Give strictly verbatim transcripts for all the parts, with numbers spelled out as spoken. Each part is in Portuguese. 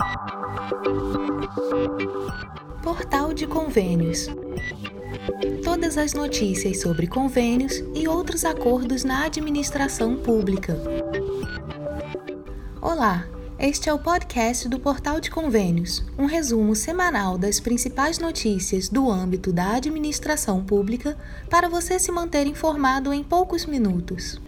Portal de Convênios. Todas as notícias sobre convênios e outros acordos na administração pública. Olá, este é o podcast do Portal de Convênios, um resumo semanal das principais notícias do âmbito da administração pública para você se manter informado em poucos minutos.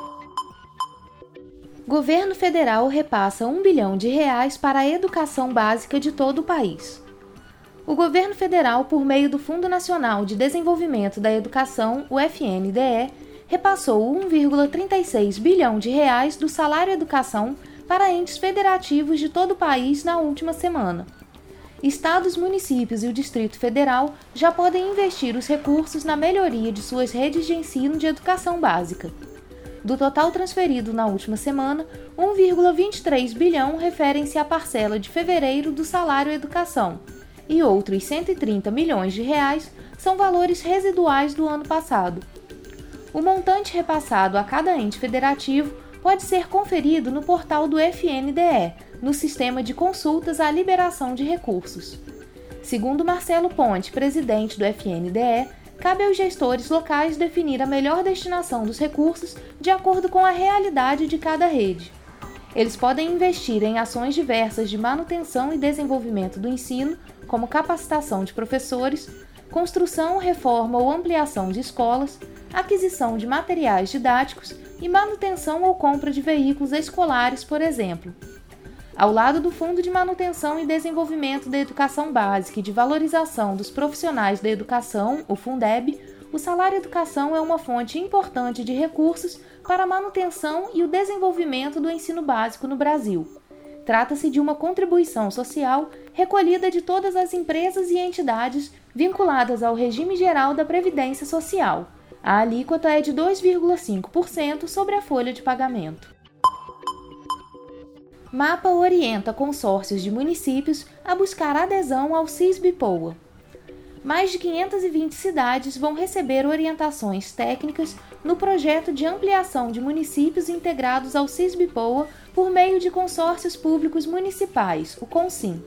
Governo Federal repassa um bilhão de reais para a educação básica de todo o país. O Governo Federal, por meio do Fundo Nacional de Desenvolvimento da Educação, o F N D E, repassou um vírgula trinta e seis bilhão de reais do salário educação para entes federativos de todo o país na última semana. Estados, municípios e o Distrito Federal já podem investir os recursos na melhoria de suas redes de ensino de educação básica. Do total transferido na última semana, um vírgula vinte e três bilhão referem-se à parcela de fevereiro do salário educação, e outros cento e trinta milhões de reais são valores residuais do ano passado. O montante repassado a cada ente federativo pode ser conferido no portal do F N D E, no sistema de consultas à liberação de recursos. Segundo Marcelo Ponte, presidente do F N D E, cabe aos gestores locais definir a melhor destinação dos recursos de acordo com a realidade de cada rede. Eles podem investir em ações diversas de manutenção e desenvolvimento do ensino, como capacitação de professores, construção, reforma ou ampliação de escolas, aquisição de materiais didáticos e manutenção ou compra de veículos escolares, por exemplo. Ao lado do Fundo de Manutenção e Desenvolvimento da Educação Básica e de Valorização dos Profissionais da Educação, o Fundeb, o salário educação é uma fonte importante de recursos para a manutenção e o desenvolvimento do ensino básico no Brasil. Trata-se de uma contribuição social recolhida de todas as empresas e entidades vinculadas ao regime geral da Previdência Social. A alíquota é de dois vírgula cinco por cento sobre a folha de pagamento. Mapa orienta consórcios de municípios a buscar adesão ao SISB-POA. Mais de quinhentas e vinte cidades vão receber orientações técnicas no projeto de ampliação de municípios integrados ao SISB-POA por meio de consórcios públicos municipais, o CONSIM.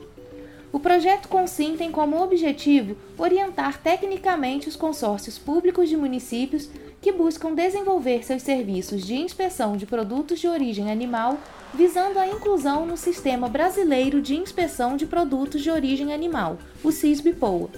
O projeto CONSIM tem como objetivo orientar tecnicamente os consórcios públicos de municípios que buscam desenvolver seus serviços de inspeção de produtos de origem animal, visando a inclusão no Sistema Brasileiro de Inspeção de Produtos de Origem Animal, o SISB-POA.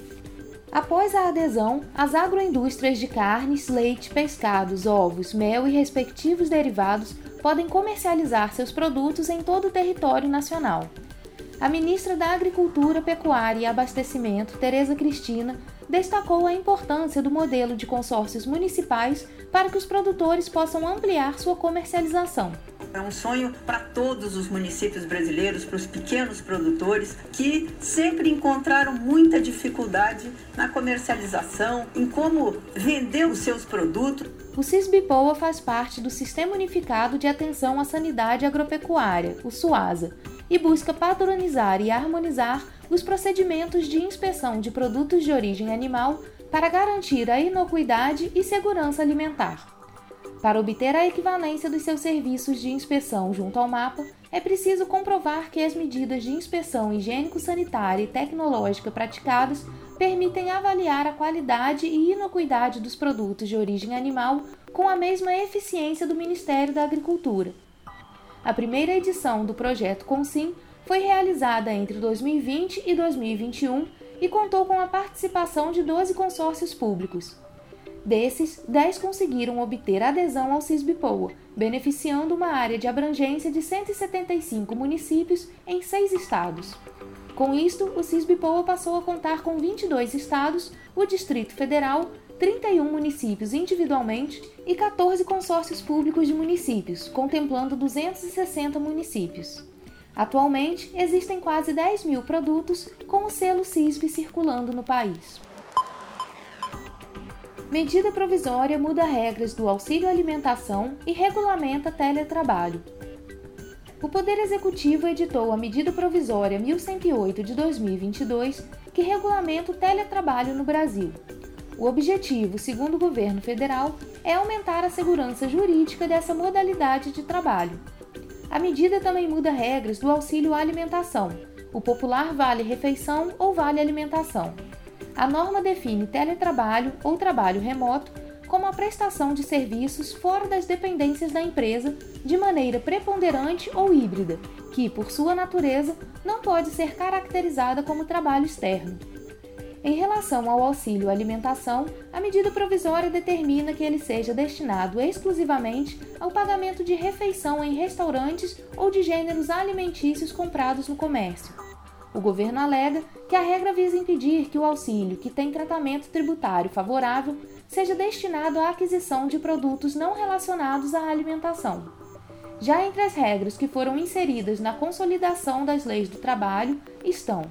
Após a adesão, as agroindústrias de carnes, leite, pescados, ovos, mel e respectivos derivados podem comercializar seus produtos em todo o território nacional. A ministra da Agricultura, Pecuária e Abastecimento, Tereza Cristina, destacou a importância do modelo de consórcios municipais para que os produtores possam ampliar sua comercialização. É um sonho para todos os municípios brasileiros, para os pequenos produtores que sempre encontraram muita dificuldade na comercialização, em como vender os seus produtos. O SISB-POA faz parte do Sistema Unificado de Atenção à Sanidade Agropecuária, o SUASA, e busca padronizar e harmonizar os procedimentos de inspeção de produtos de origem animal para garantir a inocuidade e segurança alimentar. Para obter a equivalência dos seus serviços de inspeção junto ao mapa, é preciso comprovar que as medidas de inspeção higiênico-sanitária e tecnológica praticadas permitem avaliar a qualidade e inocuidade dos produtos de origem animal com a mesma eficiência do Ministério da Agricultura. A primeira edição do projeto CONSIM foi realizada entre dois mil e vinte e dois mil e vinte e um e contou com a participação de doze consórcios públicos. Desses, dez conseguiram obter adesão ao SISB-POA, beneficiando uma área de abrangência de cento e setenta e cinco municípios em seis estados. Com isto, o SISB-POA passou a contar com vinte e dois estados, o Distrito Federal, trinta e um municípios individualmente e quatorze consórcios públicos de municípios, contemplando duzentos e sessenta municípios. Atualmente, existem quase dez mil produtos com o selo SISB circulando no país. Medida provisória muda regras do auxílio alimentação e regulamenta teletrabalho. O Poder Executivo editou a Medida Provisória mil cento e oito de dois mil e vinte e dois, que regulamenta o teletrabalho no Brasil. O objetivo, segundo o governo federal, é aumentar a segurança jurídica dessa modalidade de trabalho. A medida também muda regras do auxílio alimentação, o popular Vale Refeição ou Vale Alimentação. A norma define teletrabalho ou trabalho remoto como a prestação de serviços fora das dependências da empresa de maneira preponderante ou híbrida, que, por sua natureza, não pode ser caracterizada como trabalho externo. Em relação ao auxílio alimentação, a medida provisória determina que ele seja destinado exclusivamente ao pagamento de refeição em restaurantes ou de gêneros alimentícios comprados no comércio. O governo alega que a regra visa impedir que o auxílio, que tem tratamento tributário favorável, seja destinado à aquisição de produtos não relacionados à alimentação. Já entre as regras que foram inseridas na consolidação das leis do trabalho estão: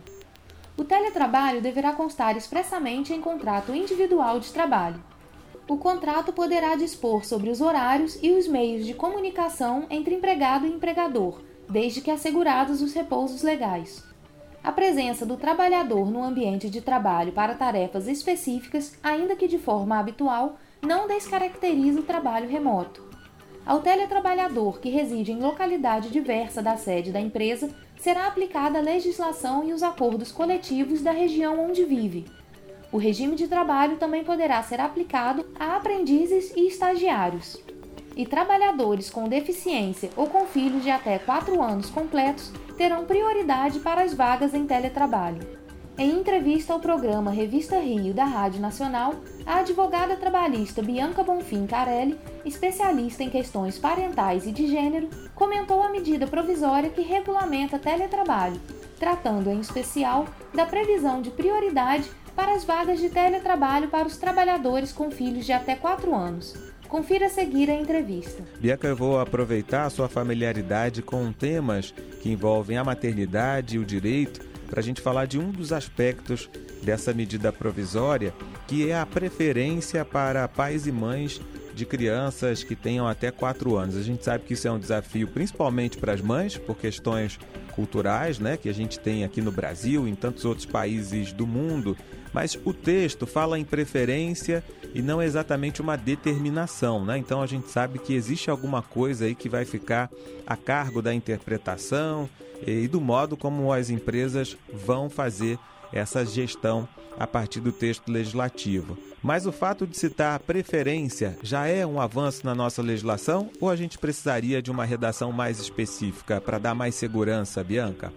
o teletrabalho deverá constar expressamente em contrato individual de trabalho. O contrato poderá dispor sobre os horários e os meios de comunicação entre empregado e empregador, desde que assegurados os repousos legais. A presença do trabalhador no ambiente de trabalho para tarefas específicas, ainda que de forma habitual, não descaracteriza o trabalho remoto. Ao teletrabalhador que reside em localidade diversa da sede da empresa, será aplicada a legislação e os acordos coletivos da região onde vive. O regime de trabalho também poderá ser aplicado a aprendizes e estagiários. E trabalhadores com deficiência ou com filhos de até quatro anos completos terão prioridade para as vagas em teletrabalho. Em entrevista ao programa Revista Rio da Rádio Nacional, a advogada trabalhista Bianca Bonfim Carelli, especialista em questões parentais e de gênero, comentou a medida provisória que regulamenta teletrabalho, tratando em especial da previsão de prioridade para as vagas de teletrabalho para os trabalhadores com filhos de até quatro anos. Confira a seguir a entrevista. Bianca, eu vou aproveitar a sua familiaridade com temas que envolvem a maternidade e o direito para a gente falar de um dos aspectos dessa medida provisória, que é a preferência para pais e mães de crianças que tenham até quatro anos. A gente sabe que isso é um desafio principalmente para as mães, por questões culturais, né, que a gente tem aqui no Brasil e em tantos outros países do mundo, mas o texto fala em preferência e não exatamente uma determinação, né? Então a gente sabe que existe alguma coisa aí que vai ficar a cargo da interpretação e do modo como as empresas vão fazer essa gestão a partir do texto legislativo. Mas o fato de citar a preferência já é um avanço na nossa legislação ou a gente precisaria de uma redação mais específica para dar mais segurança, Bianca?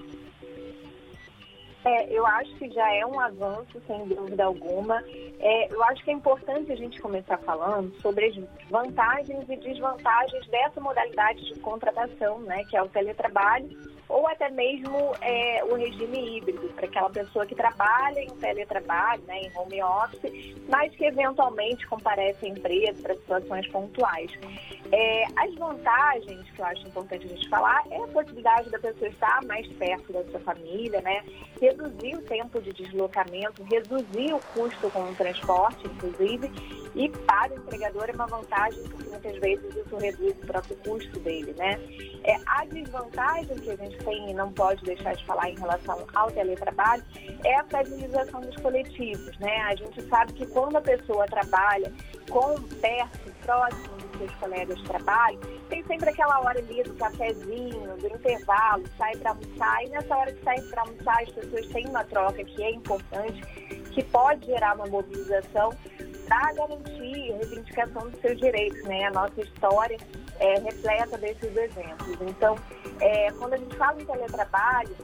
É, eu acho que já é um avanço, sem dúvida alguma. É, eu acho que é importante a gente começar falando sobre as vantagens e desvantagens dessa modalidade de contratação, né, que é o teletrabalho, ou até mesmo é, o regime híbrido, para aquela pessoa que trabalha em teletrabalho, né, em home office, mas que eventualmente comparece à empresa para situações pontuais. É, as vantagens que eu acho importante a gente falar é a possibilidade da pessoa estar mais perto da sua família, né, reduzir o tempo de deslocamento, reduzir o custo com o transporte, inclusive, e para o empregador é uma vantagem porque muitas vezes isso reduz o próprio custo dele, né. É, a desvantagem que a gente tem e não pode deixar de falar em relação ao teletrabalho é a fragilização dos coletivos, né? A gente sabe que quando a pessoa trabalha com perto, próximo dos seus colegas de trabalho, tem sempre aquela hora ali do cafezinho, do intervalo, sai para almoçar, e nessa hora que sai para almoçar as pessoas têm uma troca que é importante, que pode gerar uma mobilização para garantir a reivindicação dos seus direitos, né? A nossa história é repleta desses exemplos. Então, é, quando a gente fala em teletrabalho,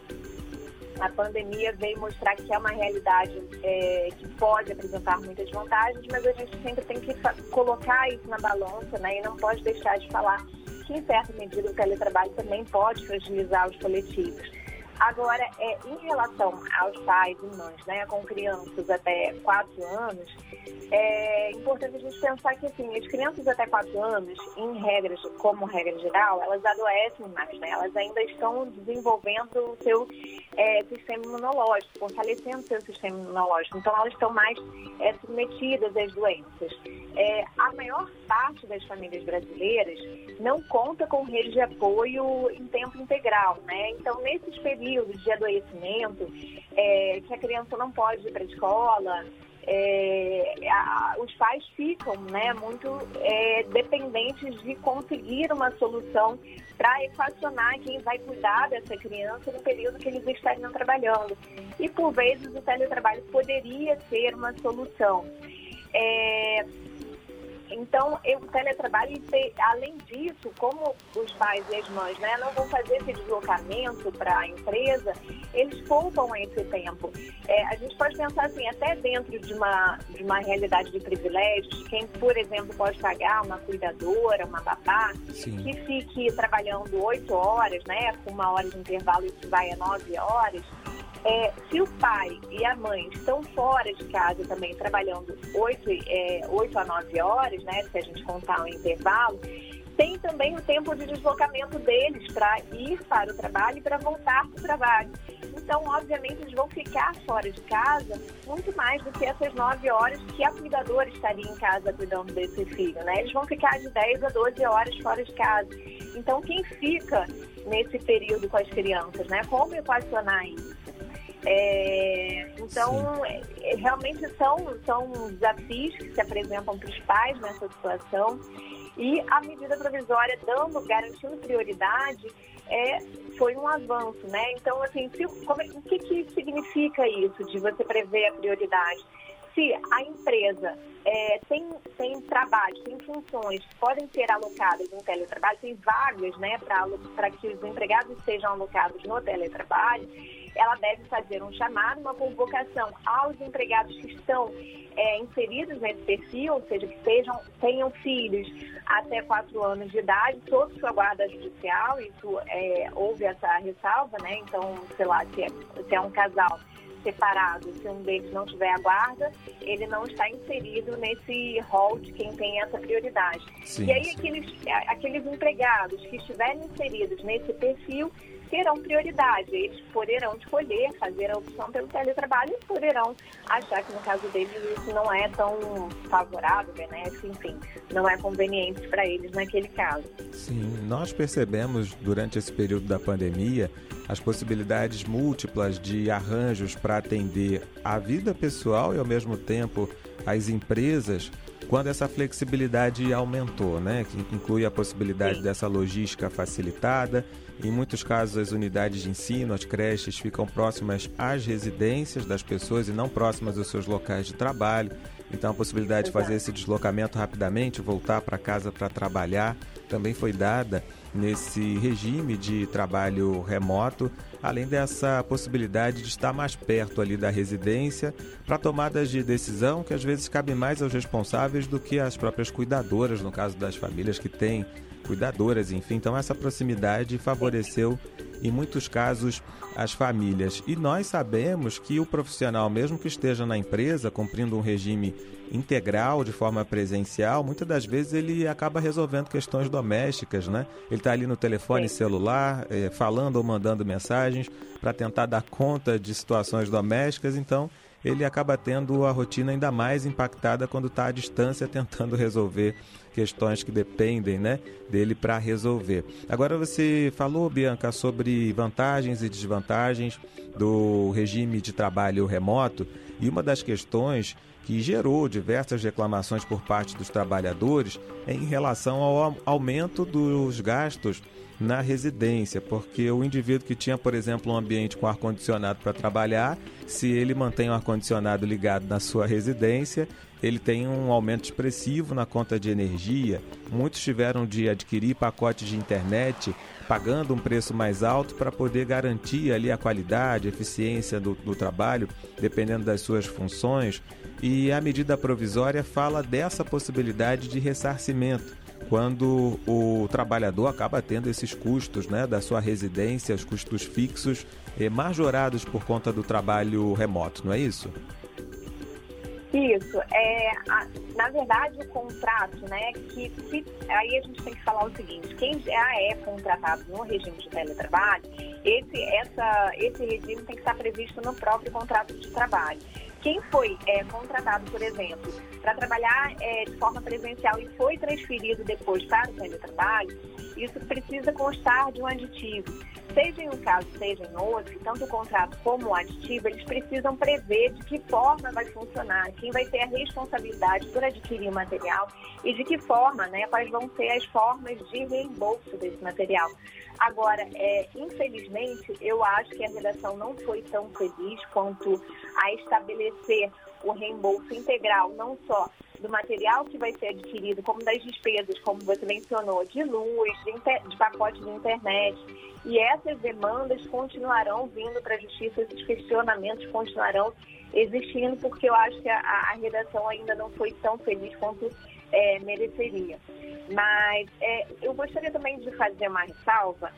a pandemia veio mostrar que é uma realidade é, que pode apresentar muitas vantagens, mas a gente sempre tem que colocar isso na balança, né? E não pode deixar de falar que, em certa medida, o teletrabalho também pode fragilizar os coletivos. Agora, é, em relação aos pais e mães, né, com crianças até quatro anos, é importante a gente pensar que, assim, as crianças até quatro anos, em regras, como regra geral, elas adoecem mais, né? Elas ainda estão desenvolvendo o seu é, sistema imunológico, fortalecendo o seu sistema imunológico. Então, elas estão mais é, submetidas às doenças. É, a maior parte das famílias brasileiras não conta com rede de apoio em tempo integral, né? Então, nesses períodos de adoecimento, é, que a criança não pode ir para a escola, é, a, os pais ficam, né, muito é, dependentes de conseguir uma solução para equacionar quem vai cuidar dessa criança no período que eles estariam trabalhando. E, por vezes, o teletrabalho poderia ser uma solução. É, então, eu, o teletrabalho, além disso, como os pais e as mães, né, não vão fazer esse deslocamento para a empresa, eles poupam esse tempo. É, a gente pode pensar assim, até dentro de uma, de uma realidade de privilégios, quem, por exemplo, pode pagar uma cuidadora, uma babá, Sim. que fique trabalhando oito horas, né, com uma hora de intervalo, isso vai a nove horas. É, se o pai e a mãe estão fora de casa também, trabalhando oito a nove horas, né, se a gente contar o intervalo, tem também o tempo de deslocamento deles para ir para o trabalho e para voltar para o trabalho. Então, obviamente, eles vão ficar fora de casa muito mais do que essas nove horas que a cuidadora estaria em casa cuidando desse filho, né? Eles vão ficar de dez a doze horas fora de casa. Então, quem fica nesse período com as crianças, né? Como equacionar isso? É, então, é, realmente são, são desafios que se apresentam para os pais nessa situação, e a medida provisória dando, garantindo prioridade, é, foi um avanço, né? Então, assim, se, como, o que, que significa isso de você prever a prioridade? Se a empresa é, tem, tem trabalho, tem funções que podem ser alocadas no teletrabalho, tem vagas, né, para que os empregados sejam alocados no teletrabalho, ela deve fazer um chamado, uma convocação aos empregados que estão é, inseridos nesse perfil, ou seja, que sejam, tenham filhos até quatro anos de idade, sob sua guarda judicial. Isso é, houve essa ressalva, né? Então, sei lá, se é, se é um casal separado, se um deles não tiver a guarda, ele não está inserido nesse rol de quem tem essa prioridade. Sim, e aí, sim. Aqueles, aqueles empregados que estiverem inseridos nesse perfil terão prioridade. Eles poderão escolher fazer a opção pelo teletrabalho e poderão achar que, no caso deles, isso não é tão favorável, benéfico, enfim, não é conveniente para eles naquele caso. Sim, nós percebemos durante esse período da pandemia as possibilidades múltiplas de arranjos para atender a vida pessoal e, ao mesmo tempo, as empresas, quando essa flexibilidade aumentou, né? Que inclui a possibilidade Sim. dessa logística facilitada. Em muitos casos, as unidades de ensino, as creches, ficam próximas às residências das pessoas e não próximas aos seus locais de trabalho. Então, a possibilidade Exato. de fazer esse deslocamento rapidamente, voltar para casa para trabalhar, também foi dada nesse regime de trabalho remoto, além dessa possibilidade de estar mais perto ali da residência para tomadas de decisão que às vezes cabem mais aos responsáveis do que às próprias cuidadoras, no caso das famílias que têm cuidadoras, enfim. Então, essa proximidade favoreceu, em muitos casos, as famílias. E nós sabemos que o profissional, mesmo que esteja na empresa, cumprindo um regime integral, de forma presencial, muitas das vezes ele acaba resolvendo questões domésticas, né? Ele está ali no telefone Sim. celular, é, falando ou mandando mensagens para tentar dar conta de situações domésticas. Então, ele acaba tendo a rotina ainda mais impactada quando está à distância, tentando resolver questões que dependem, né, dele para resolver. Agora, você falou, Bianca, sobre vantagens e desvantagens do regime de trabalho remoto, e uma das questões que gerou diversas reclamações por parte dos trabalhadores é em relação ao aumento dos gastos na residência, porque o indivíduo que tinha, por exemplo, um ambiente com ar-condicionado para trabalhar, se ele mantém o ar-condicionado ligado na sua residência, ele tem um aumento expressivo na conta de energia. Muitos tiveram de adquirir pacotes de internet pagando um preço mais alto para poder garantir ali a qualidade, a eficiência do, do trabalho, dependendo das suas funções. E a medida provisória fala dessa possibilidade de ressarcimento, quando o trabalhador acaba tendo esses custos, né, da sua residência, os custos fixos, eh, majorados por conta do trabalho remoto, não é isso? Isso. É, a, na verdade, o contrato, né, que se, aí a gente tem que falar o seguinte: quem já é contratado no regime de teletrabalho, esse, essa, esse regime tem que estar previsto no próprio contrato de trabalho. Quem foi é, contratado, por exemplo, para trabalhar é, de forma presencial e foi transferido depois para o teletrabalho, isso precisa constar de um aditivo. Seja em um caso, seja em outro, tanto o contrato como o aditivo, eles precisam prever de que forma vai funcionar, quem vai ter a responsabilidade por adquirir o material e de que forma, né, quais vão ser as formas de reembolso desse material. Agora, é, infelizmente, eu acho que a redação não foi tão feliz quanto a estabelecer o reembolso integral, não só do material que vai ser adquirido, como das despesas, como você mencionou, de luz, de, inter... de pacote de internet. E essas demandas continuarão vindo para a Justiça, esses questionamentos continuarão existindo, porque eu acho que a, a redação ainda não foi tão feliz quanto é, mereceria. Mas é, eu gostaria também de fazer uma ressalva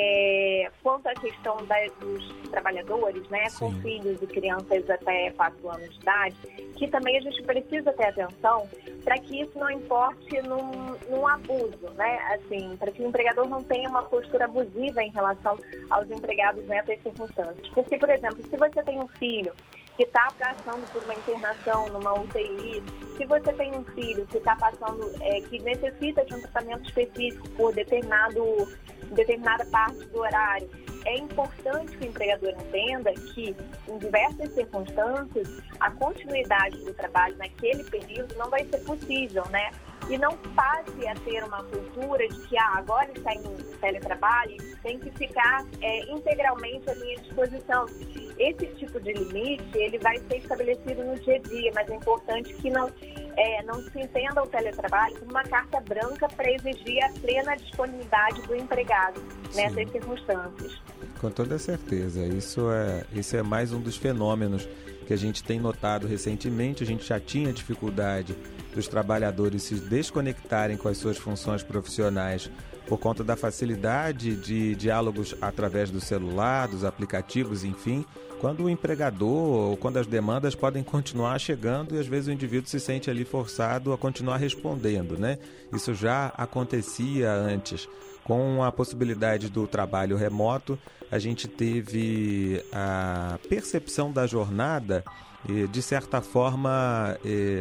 é, quanto à questão da, dos trabalhadores, né, com filhos e crianças até quatro anos de idade, que também a gente precisa ter atenção para que isso não importe num, num abuso, né, assim, para que o empregador não tenha uma postura abusiva em relação aos empregados nessas circunstâncias. Porque, por exemplo, se você tem um filho que está passando por uma internação numa U T I, se você tem um filho que está passando, é, que necessita de um tratamento específico por determinado, determinada parte do horário, é importante que o empregador entenda que, em diversas circunstâncias, a continuidade do trabalho naquele período não vai ser possível, né? E não passe a ter uma cultura de que ah, agora está em teletrabalho, tem que ficar é, integralmente à minha disposição. Esse tipo de limite, ele vai ser estabelecido no dia a dia, mas é importante que não, é, não se entenda o teletrabalho como uma carta branca para exigir a plena disponibilidade do empregado nessas Sim. circunstâncias. Com toda certeza, isso é, isso é mais um dos fenômenos que a gente tem notado recentemente. A gente já tinha dificuldade dos trabalhadores se desconectarem com as suas funções profissionais por conta da facilidade de diálogos através do celular, dos aplicativos, enfim, quando o empregador ou quando as demandas podem continuar chegando e às vezes o indivíduo se sente ali forçado a continuar respondendo, né? Isso já acontecia antes. Com a possibilidade do trabalho remoto, a gente teve a percepção da jornada, de certa forma,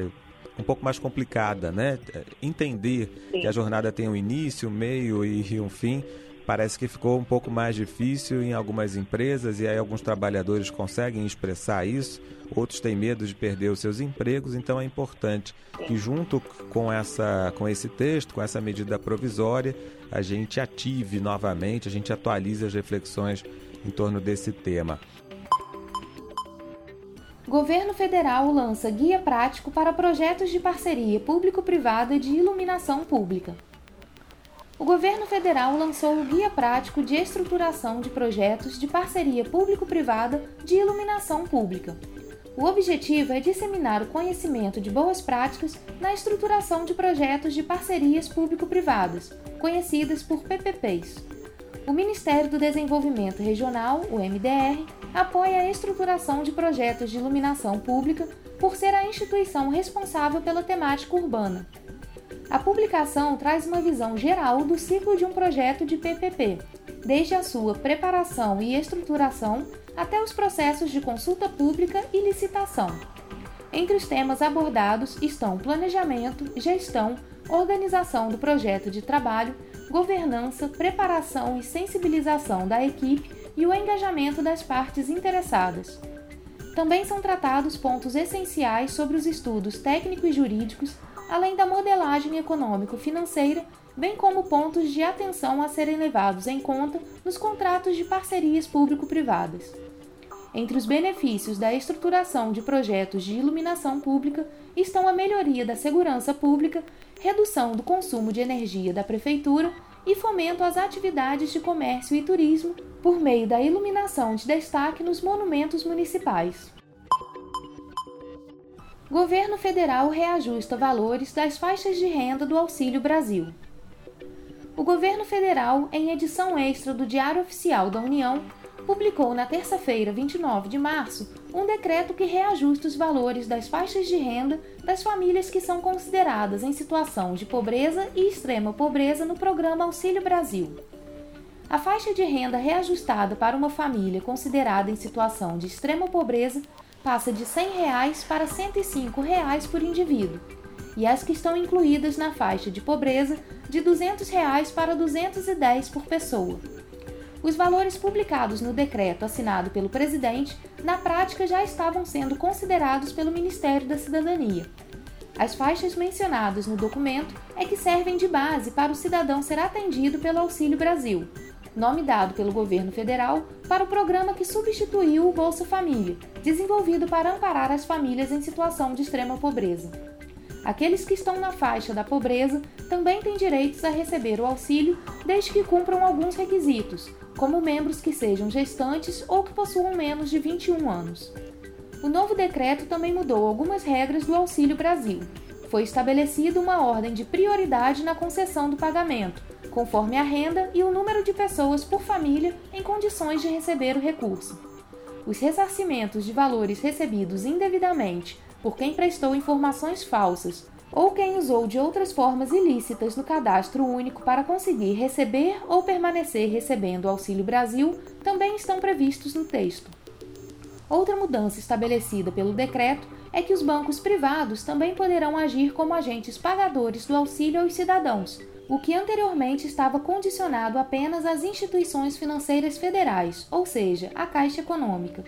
um pouco mais complicada, né? Entender Sim. que a jornada tem um início, um meio e um fim, parece que ficou um pouco mais difícil em algumas empresas, e aí alguns trabalhadores conseguem expressar isso, outros têm medo de perder os seus empregos. Então é importante que, junto com, essa, com esse texto, com essa medida provisória, a gente ative novamente, a gente atualize as reflexões em torno desse tema. Governo Federal lança guia prático para projetos de parceria público-privada de iluminação pública. O Governo Federal lançou o Guia Prático de Estruturação de Projetos de Parceria Público-Privada de Iluminação Pública. O objetivo é disseminar o conhecimento de boas práticas na estruturação de projetos de parcerias público-privadas, conhecidas por P P Ps. O Ministério do Desenvolvimento Regional, o M D R, apoia a estruturação de projetos de iluminação pública por ser a instituição responsável pela temática urbana. A publicação traz uma visão geral do ciclo de um projeto de P P P, desde a sua preparação e estruturação até os processos de consulta pública e licitação. Entre os temas abordados estão planejamento, gestão, organização do projeto de trabalho, governança, preparação e sensibilização da equipe e o engajamento das partes interessadas. Também são tratados pontos essenciais sobre os estudos técnico e jurídicos, além da modelagem econômico-financeira, bem como pontos de atenção a serem levados em conta nos contratos de parcerias público-privadas. Entre os benefícios da estruturação de projetos de iluminação pública estão a melhoria da segurança pública, redução do consumo de energia da prefeitura e fomento às atividades de comércio e turismo por meio da iluminação de destaque nos monumentos municipais. Governo Federal reajusta valores das faixas de renda do Auxílio Brasil. O Governo Federal, em edição extra do Diário Oficial da União, publicou na terça-feira, vinte e nove de março, um decreto que reajusta os valores das faixas de renda das famílias que são consideradas em situação de pobreza e extrema pobreza no programa Auxílio Brasil. A faixa de renda reajustada para uma família considerada em situação de extrema pobreza passa de cem reais para cento e cinco reais por indivíduo, e as que estão incluídas na faixa de pobreza de duzentos reais para duzentos e dez reais por pessoa. Os valores publicados no decreto assinado pelo presidente, na prática já estavam sendo considerados pelo Ministério da Cidadania. As faixas mencionadas no documento é que servem de base para o cidadão ser atendido pelo Auxílio Brasil, nome dado pelo governo federal para o programa que substituiu o Bolsa Família, desenvolvido para amparar as famílias em situação de extrema pobreza. Aqueles que estão na faixa da pobreza também têm direitos a receber o auxílio desde que cumpram alguns requisitos, como membros que sejam gestantes ou que possuam menos de vinte e um anos. O novo decreto também mudou algumas regras do Auxílio Brasil. Foi estabelecida uma ordem de prioridade na concessão do pagamento, conforme a renda e o número de pessoas por família em condições de receber o recurso. Os ressarcimentos de valores recebidos indevidamente por quem prestou informações falsas ou quem usou de outras formas ilícitas no cadastro único para conseguir receber ou permanecer recebendo o Auxílio Brasil também estão previstos no texto. Outra mudança estabelecida pelo decreto é que os bancos privados também poderão agir como agentes pagadores do auxílio aos cidadãos, o que anteriormente estava condicionado apenas às instituições financeiras federais, ou seja, à Caixa Econômica.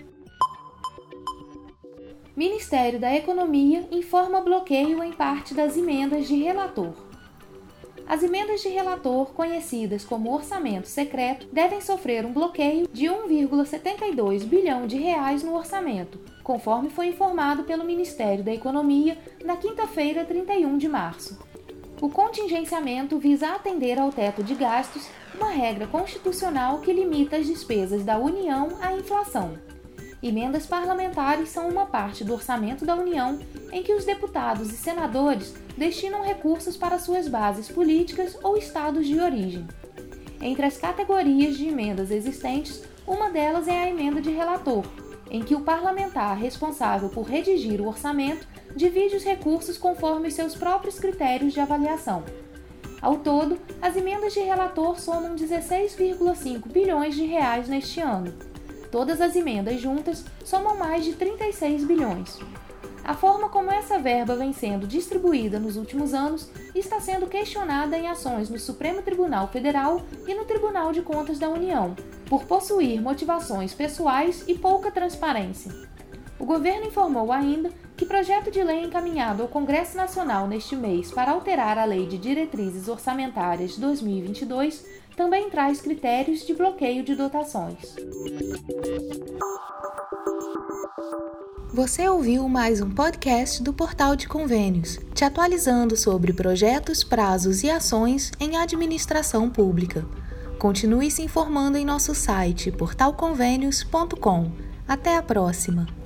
Ministério da Economia informa bloqueio em parte das emendas de relator. As emendas de relator, conhecidas como orçamento secreto, devem sofrer um bloqueio de um vírgula setenta e dois bilhão de reais no orçamento, conforme foi informado pelo Ministério da Economia na quinta-feira, trinta e um de março. O contingenciamento visa atender ao teto de gastos, uma regra constitucional que limita as despesas da União à inflação. Emendas parlamentares são uma parte do orçamento da União em que os deputados e senadores destinam recursos para suas bases políticas ou estados de origem. Entre as categorias de emendas existentes, uma delas é a emenda de relator, em que o parlamentar responsável por redigir o orçamento divide os recursos conforme os seus próprios critérios de avaliação. Ao todo, as emendas de relator somam dezesseis vírgula cinco bilhões de reais neste ano. Todas as emendas juntas somam mais de trinta e seis bilhões. A forma como essa verba vem sendo distribuída nos últimos anos está sendo questionada em ações no Supremo Tribunal Federal e no Tribunal de Contas da União, por possuir motivações pessoais e pouca transparência. O governo informou ainda que projeto de lei encaminhado ao Congresso Nacional neste mês para alterar a Lei de Diretrizes Orçamentárias de dois mil e vinte e dois também traz critérios de bloqueio de dotações. Você ouviu mais um podcast do Portal de Convênios, te atualizando sobre projetos, prazos e ações em administração pública. Continue se informando em nosso site portal convênios ponto com. Até a próxima!